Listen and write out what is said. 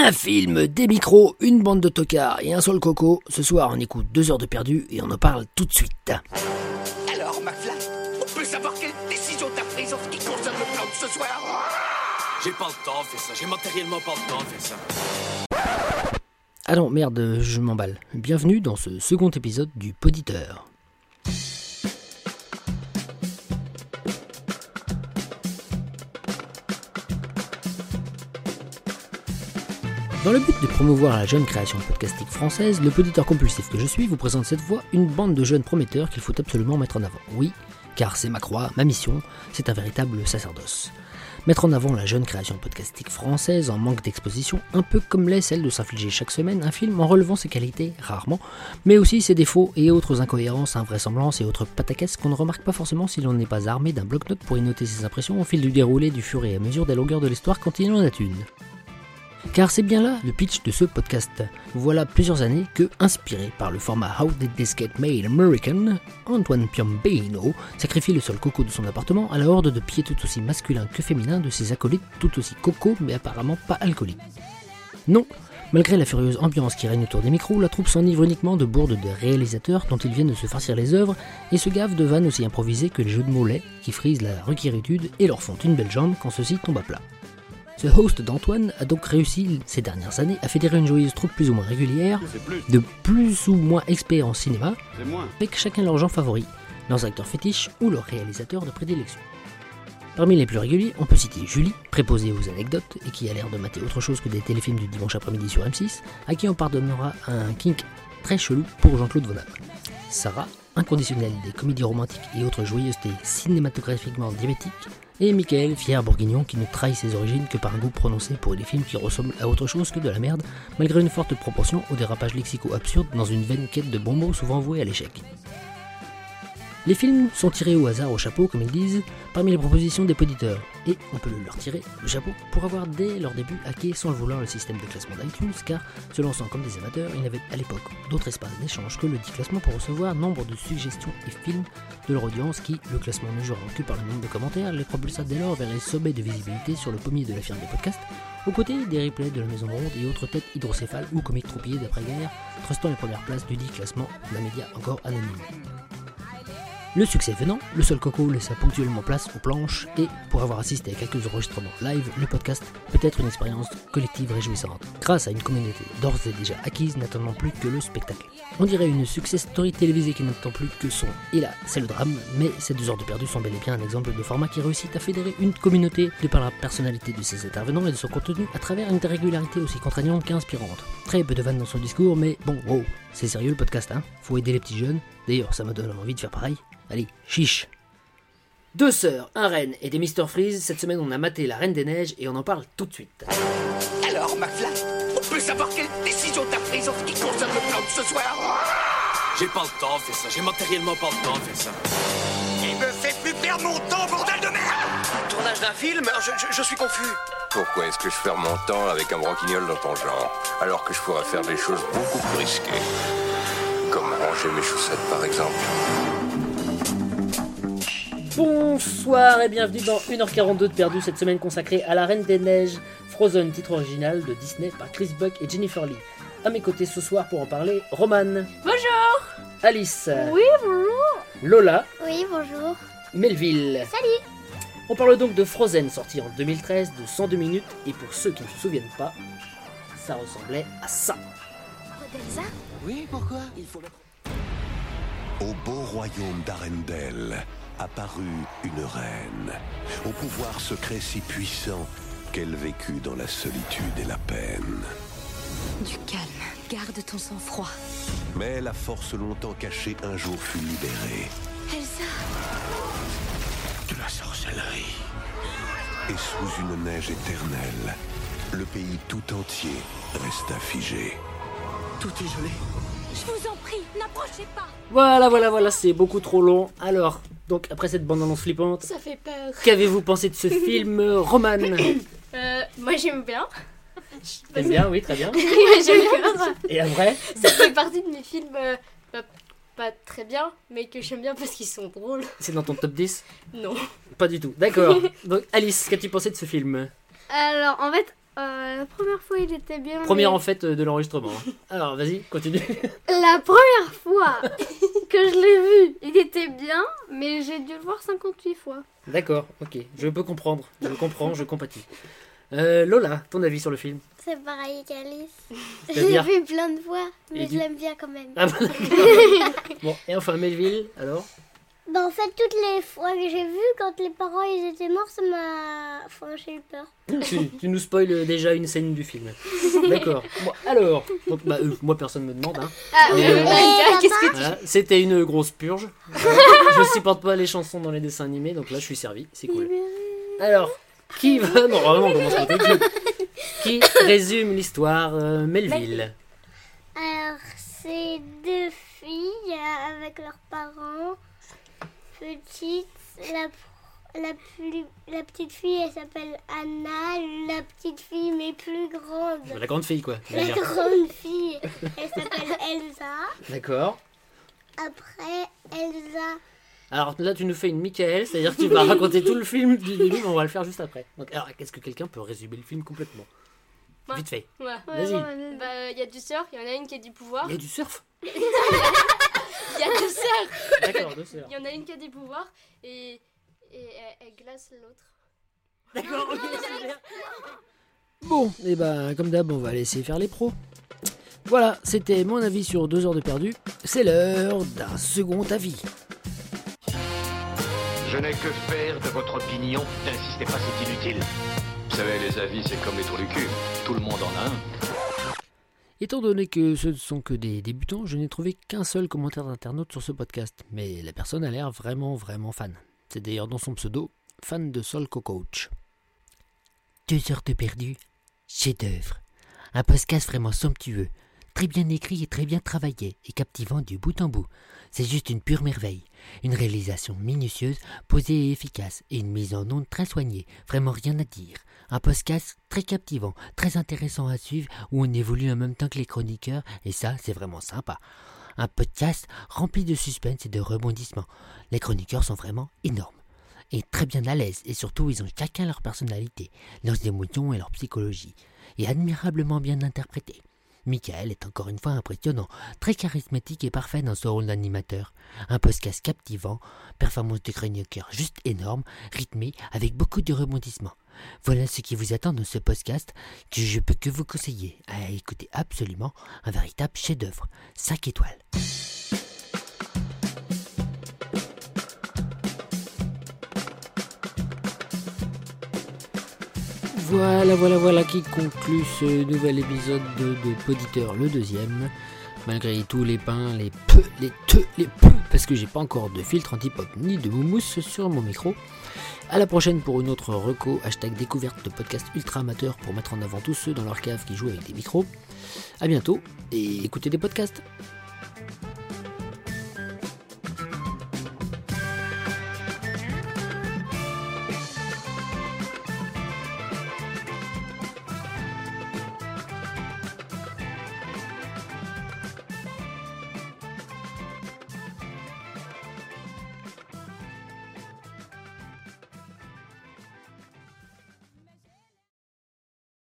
Un film, des micros, une bande de tocards et un seul coco. Ce soir, on écoute 2 heures de perdu et on en parle tout de suite. Alors, McFly, on peut savoir quelle décision t'as prise en ce qui concerne le plan de ce soir? J'ai pas le temps de faire ça, j'ai matériellement pas le temps de faire ça. Ah non, merde, je m'emballe. Bienvenue dans ce second épisode du Poditeur. Dans le but de promouvoir la jeune création podcastique française, le poditeur compulsif que je suis vous présente cette fois une bande de jeunes prometteurs qu'il faut absolument mettre en avant. Oui, car c'est ma croix, ma mission, c'est un véritable sacerdoce. Mettre en avant la jeune création podcastique française en manque d'exposition, un peu comme l'est celle de s'infliger chaque semaine un film en relevant ses qualités, rarement, mais aussi ses défauts et autres incohérences, invraisemblances et autres pataquès qu'on ne remarque pas forcément si l'on n'est pas armé d'un bloc-notes pour y noter ses impressions au fil du déroulé du fur et à mesure des longueurs de l'histoire quand il en a une. Car c'est bien là le pitch de ce podcast. Voilà plusieurs années que, inspiré par le format How Did This Get Made American, Antoine Piombino sacrifie le seul coco de son appartement à la horde de pieds tout aussi masculins que féminins de ses acolytes tout aussi coco mais apparemment pas alcooliques. Non, malgré la furieuse ambiance qui règne autour des micros, la troupe s'enivre uniquement de bourdes de réalisateurs dont ils viennent de se farcir les œuvres et se gave de vannes aussi improvisées que les jeux de mots laids qui frisent la requéritude et leur font une belle jambe quand ceux-ci tombent à plat. Ce host d'Antoine a donc réussi ces dernières années à fédérer une joyeuse troupe plus ou moins régulière, de plus ou moins experts en cinéma, avec chacun leur genre favori, leurs acteurs fétiches ou leurs réalisateurs de prédilection. Parmi les plus réguliers, on peut citer Julie, préposée aux anecdotes et qui a l'air de mater autre chose que des téléfilms du dimanche après-midi sur M6, à qui on pardonnera un kink très chelou pour Jean-Claude Van Damme. Sarah, inconditionnelle des comédies romantiques et autres joyeusetés cinématographiquement diabétiques, et Michael, fier bourguignon qui ne trahit ses origines que par un goût prononcé pour des films qui ressemblent à autre chose que de la merde, malgré une forte proportion au dérapage lexico-absurde dans une vaine quête de bons mots souvent vouée à l'échec. Les films sont tirés au hasard au chapeau, comme ils disent, parmi les propositions des poditeurs, et on peut leur tirer le chapeau pour avoir dès leur début hacké sans le vouloir le système de classement d'iTunes, car se lançant comme des amateurs, ils n'avaient à l'époque d'autres espaces d'échange que le dit classement pour recevoir nombre de suggestions et films de leur audience qui, le classement ne jouant que par le nombre de commentaires, les propulsa dès lors vers les sommets de visibilité sur le pommier de la firme des podcasts, aux côtés des replays de la Maison Ronde et autres têtes hydrocéphales ou comiques troupiers d'après-guerre, trustant les premières places du dit classement d'un média encore anonyme. Le succès venant, le seul coco laissa ponctuellement place aux planches et, pour avoir assisté à quelques enregistrements live, le podcast peut être une expérience collective réjouissante, grâce à une communauté d'ores et déjà acquise n'attendant plus que le spectacle. On dirait une success story télévisée qui n'attend plus que son. Et là, c'est le drame, mais ces 2 heures de perdu sont bel et bien un exemple de format qui réussit à fédérer une communauté de par la personnalité de ses intervenants et de son contenu à travers une régularité aussi contraignante qu'inspirante. Très peu de vannes dans son discours, mais bon, wow, c'est sérieux le podcast, hein. Faut aider les petits jeunes. D'ailleurs, ça me donne envie de faire pareil. Allez, chiche. 2 sœurs, un renne et des Mr. Freeze, cette semaine on a maté la Reine des Neiges et on en parle tout de suite. Alors, McFly, on peut savoir quelle décision t'as prise en ce qui concerne le plan de ce soir? J'ai pas le temps de faire ça, j'ai matériellement pas le temps de faire ça. Il me fait plus perdre mon temps, bordel de merde! Tournage d'un film? Je suis confus. Pourquoi est-ce que je perds mon temps avec un branquignol dans ton genre, alors que je pourrais faire des choses beaucoup plus risquées? Comme ranger mes chaussettes, par exemple. Bonsoir et bienvenue dans 1h42 de perdu, cette semaine consacrée à la Reine des Neiges, Frozen, titre original de Disney par Chris Buck et Jennifer Lee. À mes côtés ce soir pour en parler, Roman. Bonjour. Alice. Oui, bonjour. Lola. Oui, bonjour. Melville. Salut. On parle donc de Frozen, sorti en 2013 de 102 minutes, et pour ceux qui ne se souviennent pas, ça ressemblait à ça. Elsa? Oui, pourquoi? Il faut Au beau royaume d'Arendelle apparut une reine, au pouvoir secret si puissant qu'elle vécut dans la solitude et la peine. Du calme, garde ton sang-froid. Mais la force longtemps cachée un jour fut libérée. Elsa! De la sorcellerie. Et sous une neige éternelle, le pays tout entier resta figé. Tout est gelé. Je vous en prie, n'approchez pas! Voilà, c'est beaucoup trop long. Alors, donc après cette bande-annonce flippante, Ça fait peur. qu'avez-vous pensé de ce film, Roman? Moi j'aime bien. T'aimes bien, oui, très bien. Moi j'aime bien. Et après? Ça fait partie de mes films pas très bien, mais que j'aime bien parce qu'ils sont drôles. C'est dans ton top 10? Non. Pas du tout, d'accord. Donc Alice, qu'as-tu pensé de ce film? Alors en fait, La première fois, il était bien. Première en fait de l'enregistrement. Hein. Alors, vas-y, continue. La première fois que je l'ai vu, il était bien, mais j'ai dû le voir 58 fois. D'accord, ok. Je peux comprendre. Je comprends, je compatis. Lola, ton avis sur le film? C'est pareil qu'Alice. Je C'est-à-dire l'ai vu plein de fois, mais Et je l'aime bien quand même. Ah bon, d'accord. Bon, et enfin Melville, alors? Bah en fait, toutes les fois que j'ai vu, quand les parents ils étaient morts, ça m'a... Enfin, j'ai eu peur. Tu nous spoil déjà une scène du film. D'accord. Bon, alors, donc, moi personne me demande. Hein. Qu'est-ce que Voilà, c'était une grosse purge. Je supporte pas les chansons dans les dessins animés, donc là je suis servi, c'est cool. Alors, qui va... Non, vraiment, on commence par tout. Qui résume l'histoire Melville? Alors, c'est deux filles avec leurs parents. Petites. La petite fille, elle s'appelle Anna. La petite fille, mais plus grande. La grande fille, quoi. La grande fille, elle s'appelle Elsa. D'accord. Après, Elsa... Alors là, tu nous fais une Michael, c'est-à-dire que tu vas raconter tout le film du début, mais on va le faire juste après. Donc, alors, est-ce que quelqu'un peut résumer le film complètement? Ouais. Vite fait. Ouais. Vas-y. Bah, il y a du surf, il y en a une qui a du pouvoir. Il y a du surf? Il y a deux sœurs. D'accord, deux sœurs. Il y en a une qui a du pouvoir et elle glace l'autre. D'accord, ok, super. Bon, et bah, comme d'hab, on va laisser faire les pros. Voilà, c'était mon avis sur 2 heures de perdu. C'est l'heure d'un second avis. Je n'ai que faire de votre opinion. N'insistez pas, c'est inutile. Vous savez, les avis, c'est comme les trous du cul. Tout le monde en a un. Étant donné que ce ne sont que des débutants, je n'ai trouvé qu'un seul commentaire d'internaute sur ce podcast. Mais la personne a l'air vraiment fan. C'est d'ailleurs dans son pseudo, fan de Sol Coach. 2 heures de perdu, chef-d'œuvre. Un podcast vraiment somptueux, très bien écrit et très bien travaillé, et captivant du bout en bout. C'est juste une pure merveille. Une réalisation minutieuse, posée et efficace, et une mise en onde très soignée. Vraiment rien à dire. Un podcast très captivant, très intéressant à suivre, où on évolue en même temps que les chroniqueurs, et ça, c'est vraiment sympa. Un podcast rempli de suspense et de rebondissements. Les chroniqueurs sont vraiment énormes. Et très bien à l'aise, et surtout, ils ont chacun leur personnalité, leurs émotions et leur psychologie. Et admirablement bien interprétés. Michael est encore une fois impressionnant, très charismatique et parfait dans son rôle d'animateur. Un podcast captivant, performance de chroniqueur juste énorme, rythmé, avec beaucoup de rebondissements. Voilà ce qui vous attend dans ce podcast que je peux que vous conseiller à écouter absolument, un véritable chef-d'œuvre. 5 étoiles. Voilà qui conclut ce nouvel épisode de Poditeur, le 2e. Malgré tous les pains, les peu, parce que j'ai pas encore de filtre anti-pop ni de moumousse sur mon micro. À la prochaine pour une autre reco, #découverte de podcast ultra amateur pour mettre en avant tous ceux dans leur cave qui jouent avec des micros. À bientôt et écoutez des podcasts.